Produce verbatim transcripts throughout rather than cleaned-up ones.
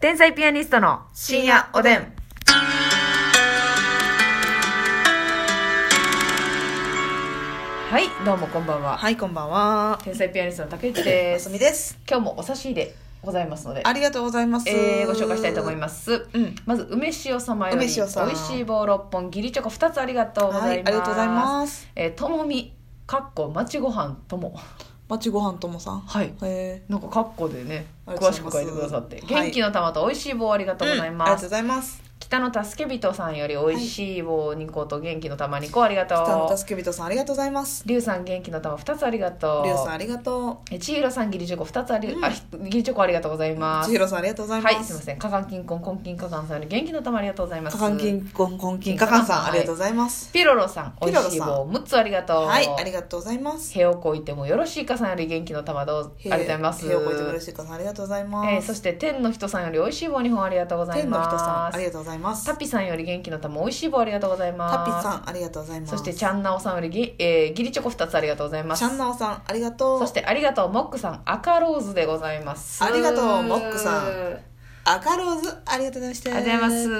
天才ピアニストの深夜おでん。はい、どうもこんばんは。 はい、こんばんは。 天才ピアニストの竹内です。 ますみです。 今日もお差し入れございますので、 ありがとうございます。 えー、ご紹介したいと思います。 うん、 まず梅塩様より梅塩さん、 おいしい棒ろっぽん義理チョコふたつありがとうございます。 はい、ありがとうございます。 えー、ともみかっこ町ごはんとも。 町ごはんともさん。 はい。 へなんかかっこでね、詳しく書いてくださって、 はい、 元気の玉とおいしい棒ありがとうございます。 うん、ありがとうございます。 北の助け人さんよりおいしい棒にこと元気の玉にこありがとう。 北の助け人さんありがとうございます。 りゅうさん元気の玉ふたつありがとう。 りゅうさんありがとう。ちひろさんギリチョコふたつあり、 うん、 あギリチョコありがとうございます。 ちひろさんありがとうございます。 はい、すいません。かかんきんこんこんきんかかんさんより元気の玉ありがとうございます。 かかんきんこんこんきんかかんさんありがとうございます。 ピロロさんおいしい棒むっつありがとう。 はい、ありがとうございます。 へをこいてもよろしいかさんより元気の玉どうぞありがとうございます。 へをこいてもよろしいかさんありがとうございます。 えー、そして天の人さんよりおいしい棒にほんありがとうございます。 天の人さんありがとうございます。 タピさんより元気の玉おいしい棒ありがとうございます。 タピさんありがとうございます。 そしてちゃんなおさんよりぎ、えー、ギリチョコふたつありがとうございます。 ちゃんなおさんありがとう。 そしてありがとうモックさん赤ローズでございます。 ありがとうモックさん赤ローズありがとうございました。 ありがとうございます。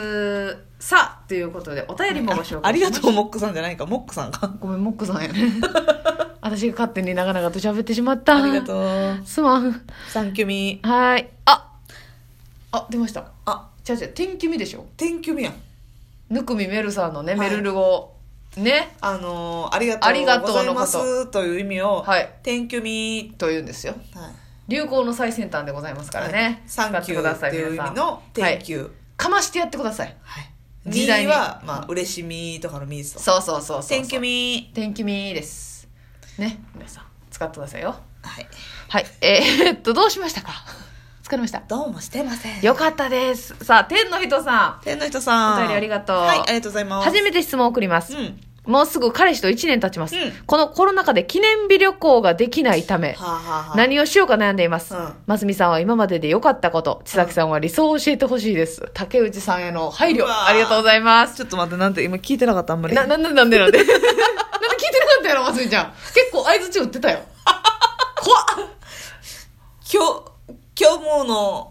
さあということでお便りもご紹介します。 あ, ありがとうモックさんじゃないかモックさんか。 ごめんモックさんやね私が勝手に長々と喋ってしまった。 ありがとうすまん。 サンキュミ。 はいああ出ました。 あ違う違う天気味でしょ。 天気味やん。 ぬくみメルさんのね、 はい、 メルル語ね、 あのー、ありがとうございますという意味を、 はい、 天気味というんですよ、 はい、 流行の最先端でございますからね、はい、 サンキューっていう意味の天気、はい、 かましてやってください、 はい、時代は、まあ、嬉しみとかのみです。 そうそうそうそう、 天気味天気味ですね。皆さん使ってくださいよ。 はい、 はい、えー、っとどうしましたか。疲れました。 どうもしてません。 よかったです。さあ天の人さん、 天の人さんお便りありがとう。 はい、ありがとうございます。 初めて質問を送ります、うん、もうすぐ彼氏といちねん経ちます、うん、このコロナ禍で記念日旅行ができないため、はあはあ、何をしようか悩んでいます、うん、ますみさんは今までで良かったこと、千崎さんは理想を教えてほしいです、うん、竹内さんへの配慮ありがとうございます。 ちょっと待って、なんて今聞いてなかった。あんまりな、なんでなんでなんでなんで聞いてなかったやろますみちゃん。結構相づち打ってたよ怖っ。 今日今日もの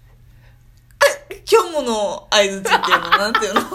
今日もの相づちっていうのなんていうの疲れ限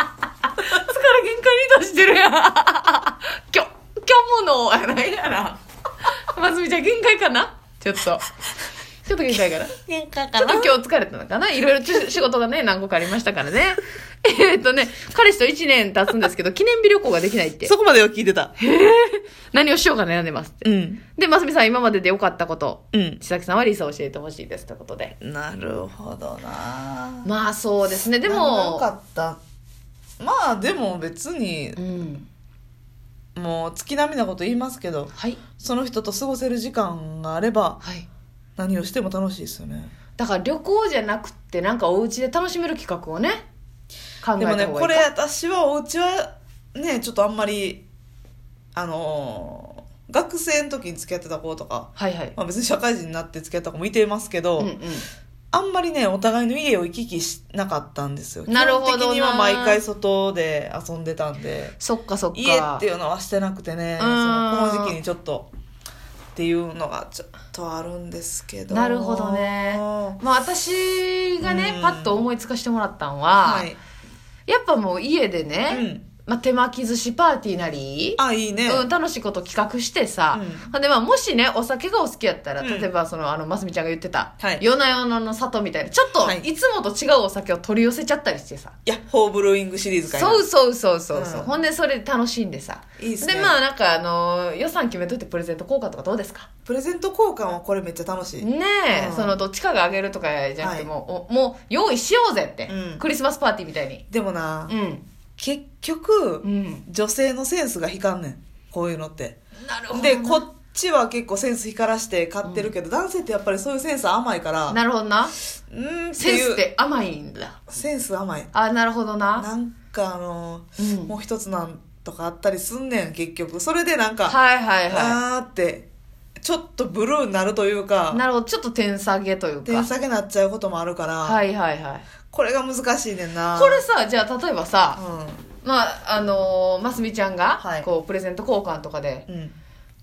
界に達してるやん今日今日ものやないやなますみちゃん限界かな。ちょっとちょっと限界かな限界かな。 ちょっと今日疲れたのかな。いろいろ仕事がね何個かありましたからねえーっとね彼氏といちねん経つんですけど記念日旅行ができないって。 そこまでは聞いてた。 へえ何をしようか悩んでますって、うん、でますみさん今までで良かったこと、うん、千崎さんは理想を教えてほしいですということで。 なるほどな。 まあそうですね。でも良かったまあでも別に、うん、もう月並みなこと言いますけど、はい、その人と過ごせる時間があれば、はい、何をしても楽しいですよね。 だから旅行じゃなくてなんかお家で楽しめる企画をね考えた方がいいか。 でもねこれ私はお家はねちょっとあんまりあのー、学生の時に付き合ってた子とか、はいはい、まあ、別に社会人になって付き合った子もいてますけど、うんうん、あんまりねお互いの家を行き来しなかったんですよ。 なるほどな。 基本的には毎回外で遊んでたんで。 そっかそっか。 家っていうのはしてなくてね、そのこの時期にちょっとっていうのがちょっとあるんですけど。 なるほどね。まあ私がね、うん、パッと思いつかせてもらったんは、はい、やっぱもう家でね、うん、まあ、手巻き寿司パーティーなり、 あ、いいね、 うん、楽しいこと企画してさ、うん、でまあもしねお酒がお好きやったら、うん、例えばそのあのますみちゃんが言ってた、はい、夜な夜なの里みたいなちょっといつもと違うお酒を取り寄せちゃったりしてさ、 いやホーブルーイングシリーズかいな。 そうそうそうそうそう、うん、ほんでそれで楽しんでさ、 いいっすね。 でまあなんかあの予算決めといてプレゼント交換とかどうですか。 プレゼント交換はこれめっちゃ楽しいねえ、うん、そのどっちかがあげるとかじゃなくても、はい、もう用意しようぜって、うん、クリスマスパーティーみたいに。 でもな、うん結局、うん、女性のセンスが光んねんこういうのって。 なるほど。 でこっちは結構センス光らして買ってるけど、うん、男性ってやっぱりそういうセンス甘いから。 なるほどな。 うんセンスって甘いんだ。 センス甘い。 あ、なるほどな。 なんかあの、うん、もう一つなんとかあったりすんねん結局。それでなんかはいはいはいあーってちょっとブルーになるというか。 なるほど。ちょっと点下げというか点下げになっちゃうこともあるから。 はいはいはい。 これが難しいねんな。 これさじゃあ例えばさ、うん、まああのー、ますみちゃんが、はい、こうプレゼント交換とかで、うん、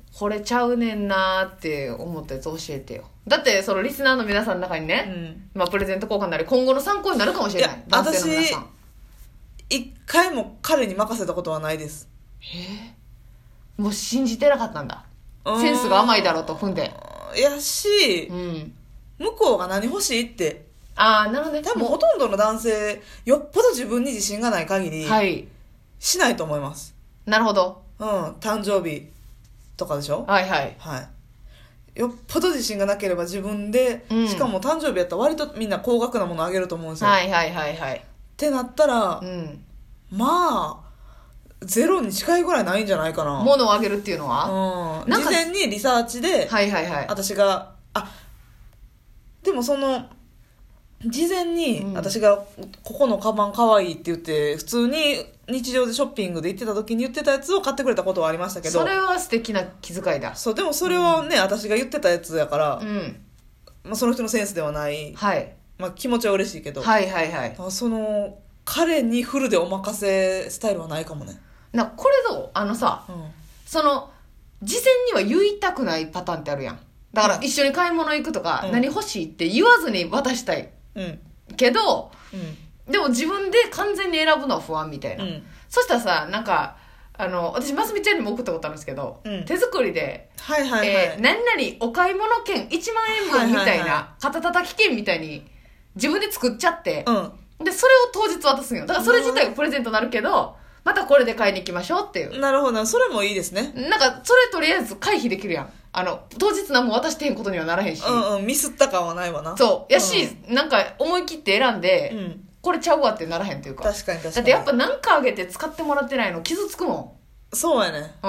これちゃうねんなーって思ったやつ教えてよ。だってそのリスナーの皆さんの中にね、うん、まあプレゼント交換なり今後の参考になるかもしれない。いや男性の皆さん、 私一回も彼に任せたことはないです。 へえ、もう信じてなかったんだ。センスが甘いだろうと踏んで。 やし、うん、向こうが何欲しいって。 ああ、なるほどね。 多分ほとんどの男性よっぽど自分に自信がない限り、はい、しないと思います。 なるほど。 うん、誕生日とかでしょ。 はいはいはい。よっぽど自信がなければ自分で、うん、しかも誕生日やったら割とみんな高額なものあげると思うんですよ。 はいはいはいはい。 ってなったら、うん、まあゼロに近いぐらいないんじゃないかな。 物をあげるっていうのは、 うん、事前にリサーチで、 はいはいはい、 私があでもその事前に私がここのカバンかわいいって言って普通に日常でショッピングで行ってた時に言ってたやつを買ってくれたことはありましたけど、 それは素敵な気遣いだ。 そう、でもそれはね、うん、私が言ってたやつやから、うんまあ、その人のセンスではない、はいまあ、気持ちは嬉しいけど、 はいはいはい、 その彼にフルでお任せスタイルはないかもね。 なこれどうあのさ、うん、その事前には言いたくないパターンってあるやん。だから一緒に買い物行くとか、うん、何欲しいって言わずに渡したい、うん、けど、うん、でも自分で完全に選ぶのは不安みたいな、うん、そしたらさ、なんかあの私ますみちゃんにも送ったことあるんですけど、うん、手作りで、はいはいはいえー、何々お買い物券いちまんえんぶんみたいな、はいはいはい、肩たたき券みたいに自分で作っちゃって、うん、でそれを当日渡すんよ。だからそれ自体がプレゼントになるけど、またこれで買いに行きましょうっていう。 なるほど、それもいいですね。 なんかそれとりあえず回避できるやん。あの当日何も渡してへんことにはならへんし、 うんうん、ミスった感はないわな。 そうやし、うん、なんか思い切って選んで、うん、これちゃうわってならへんというか。 確かに確かに。 だってやっぱ何かあげて使ってもらってないの傷つくもん。 そうやね。うん。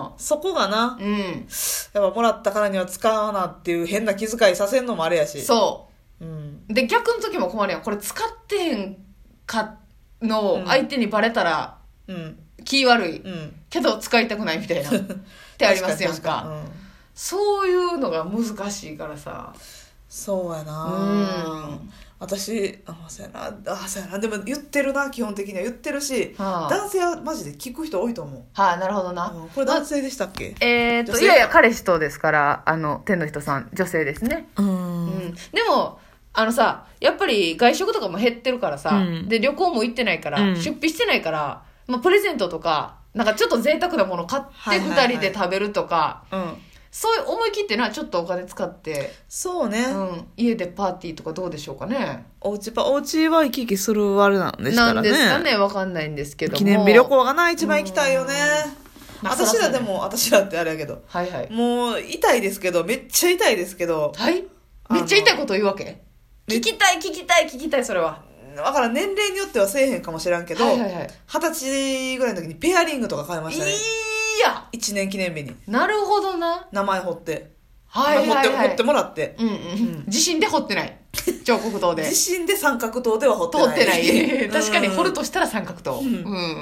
そこがな。うん。やっぱもらったからには使わなっていう変な気遣いさせんのもあれやし。 そう。うん。で逆の時も困るやん。これ使ってへんかの相手にバレたら、うん、気悪い、うん、けど使いたくないみたいなってありますやんか。か、うん、そういうのが難しいからさ。 そうやな。うん私あそうやなあそうやな。でも言ってるな、基本的には言ってるし、はあ、男性はマジで聞く人多いと思う。 はあ、なるほどな、 うん、これ男性でしたっけ？ えー、っといやいや彼氏とですから、あの天の人さん女性ですね。うん、うん、でもあのさやっぱり外食とかも減ってるからさ、うん、で旅行も行ってないから、うん、出費してないから、まあ、プレゼントとかなんかちょっと贅沢なもの買ってふたりで食べるとか、はいはいはい、うんそういう思い切ってなちょっとお金使ってそうね、 うん、家でパーティーとかどうでしょうかね。 おうちパおうちは行き来するあれなんですからね。なんですかね、わかんないんですけども。 記念日旅行がな一番行きたいよね。私らでも私らってあれやけど、はいはい、もう痛いですけどめっちゃ痛いですけど、 はいめっちゃ痛いこと言うわけ？聞きたい聞きたい聞きたい。それはだから年齢によってはせえへんかもしらんけど、はいはいはい、はたちぐらいの時にペアリングとか買いましたね。いいやいちねん記念日に。 なるほどな。 名前彫って、はいはいはい、彫って、彫ってもらって、うんうんうん、 自信で彫ってない彫刻刀で自信で三角刀では彫ってない。 彫ってない確かに彫るとしたら三角刀、うんうん、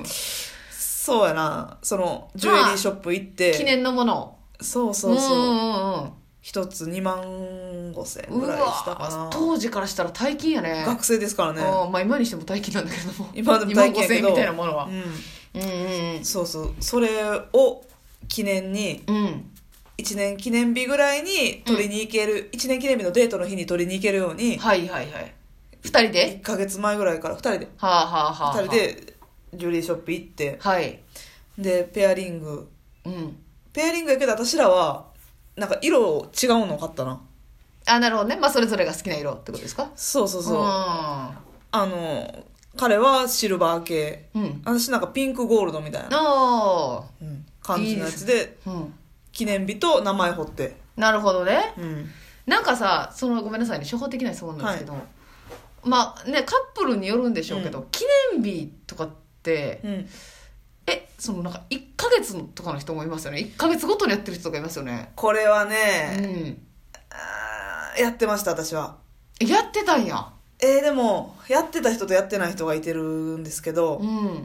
そうやな。そのジュエリーショップ行って、まあ、 記念のものをそうそうそう、うんうんうん、一つにまんごせんぐらいしたかな。 当時からしたら大金やね。 学生ですからね。 あ、まあ、今にしても大金なんだけども今でも大金やけどにまんごせんみたいなものは、うんうんうんうん、そうそう。それを記念に、うん、いちねん記念日ぐらいに取りに行ける、うん、いちねん記念日のデートの日に取りに行けるように、 はいはいはい、ふたりでいっかげつまえぐらいからふたりで、 はあはあはあ、 ふたりでジュエリーショップ行って、はい、でペアリング、うん、ペアリングやけど私らはなんか色違うの買ったな。 あ、なるほどね。まあそれぞれが好きな色ってことですか？ そうそうそう。あの彼はシルバー系、うん、私なんかピンクゴールドみたいな、あ、うん、感じのやつで、いいです、うん、記念日と名前彫って。 なるほどね、うん、なんかさそのごめんなさいね、初歩的な質問なんですけど、はい、まあねカップルによるんでしょうけど、うん、記念日とかって、うん、えそのなんかいっかげつとかの人もいますよね。いっかげつごとにやってる人とかいますよね。 これはね、うん、あやってました。私はやってたんや。 えー、でもやってた人とやってない人がいてるんですけど、うん、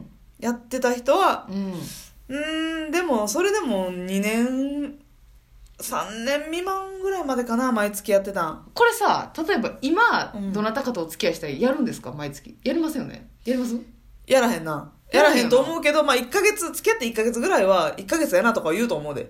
やってた人は、うん、うーんでもそれでもにねんさんねん未満ぐらいまでかな、毎月やってたん。 これさ例えば今、うん、どなたかとお付き合いしたらやるんですか？毎月やりますよね。やります？ やらへんな。やらへんと思うけど、まあいっかげつ付き合っていっかげつぐらいはいっかげつやなとか言うと思うで。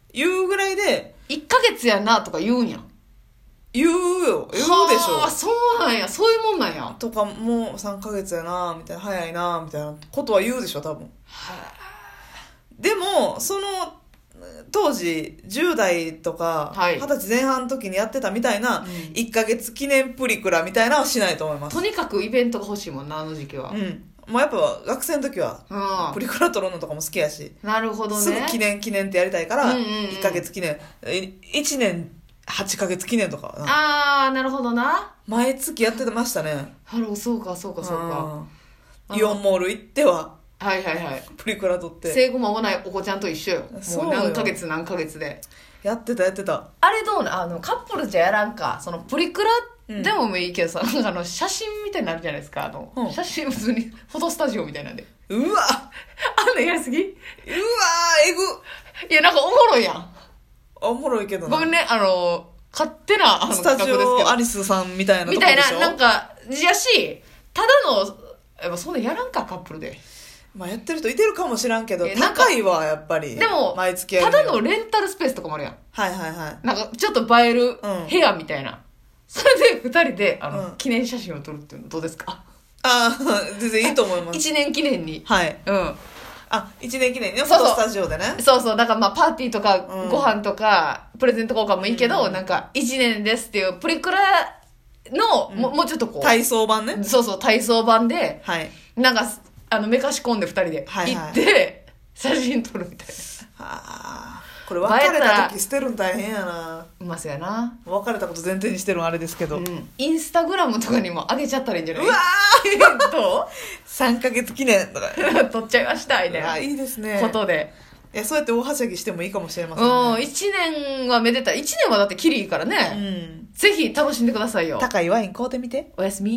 言うぐらいで。 いっかげつやなとか言うんや。 言うよ。言うでしょ。 あ、そうなんや。そういうもんなんや。 とか、もうさんかげつやな、みたいな、早いな、みたいなことは言うでしょ、多分。でも、その、当時、じゅう代とか、はい、はたち前半の時にやってたみたいな、うん、いっかげつ記念プリクラみたいなのはしないと思います。 とにかくイベントが欲しいもんな、あの時期は。 うん。もうやっぱ学生の時は、うん、プリクラ撮るのとかも好きやし。 なるほどね。 すぐ記念記念ってやりたいから、うんうんうん、いっかげつ記念。いちねんはちかげつ記念とかな。 あー、なるほどな。 毎月やってましたね。 ハロー、そうか、そうか、そうか。 イオンモール行っては、 はいはいはい。 プリクラ撮って。 生後間もないお子ちゃんと一緒よ。もう何ヶ月何ヶ月で。 やってたやってた。 あれどうな、あの、カップルじゃやらんか。そのプリクラでもいいけどさ、うん、なんかあの、写真みたいになるじゃないですか。あの、うん、写真普通にフォトスタジオみたいなんで。 うわあんなやりすぎうわえぐいや、なんかおもろいやん。 おもろいけどな。 ごめんね、あの、勝手な、あの、 スタジオアリスさんみたいなとこでしょ。 みたいな、なんか、やし、ただの、やっぱそんなやらんか、カップルで。 まあやってる人いてるかもしらんけど、高いわ、やっぱり。 でも、 毎月やる。 ただのレンタルスペースとかもあるやん。 はいはいはい。 なんか、ちょっと映える部屋みたいな。うん、それで二人で、あの、うん、記念写真を撮るっていうのどうですか？ ああ、全然いいと思います。 一年記念に。 はい。 うん。 あ、一年記念ね。フォトスタジオでね。 そうそう。だからまあ、パーティーとか、ご飯とか、プレゼント交換もいいけど、うん、なんか、一年ですっていう、プリクラの、うん、も, もうちょっとこう。 体操版ね。 そうそう、体操版で、 はい。 なんか、あの、めかし込んで二人で行って、はいはい、写真撮るみたいな。 はあ。これ別れた時捨てるん大変やな。 うまそうやな。 別れたこと前提にしてるのあれですけど、うん、 インスタグラムとかにも上げちゃったらいいんじゃない？ うわーどう ? さん ヶ月記念とか撮っちゃいましたみたいな。 いいですね。 ことで。 いや、そうやって大はしゃぎしてもいいかもしれませんね。 うん、いちねんはめでたい。いちねんはだってキリいいからね。うん。ぜひ楽しんでくださいよ。 高いワイン買うてみて。 おやすみ。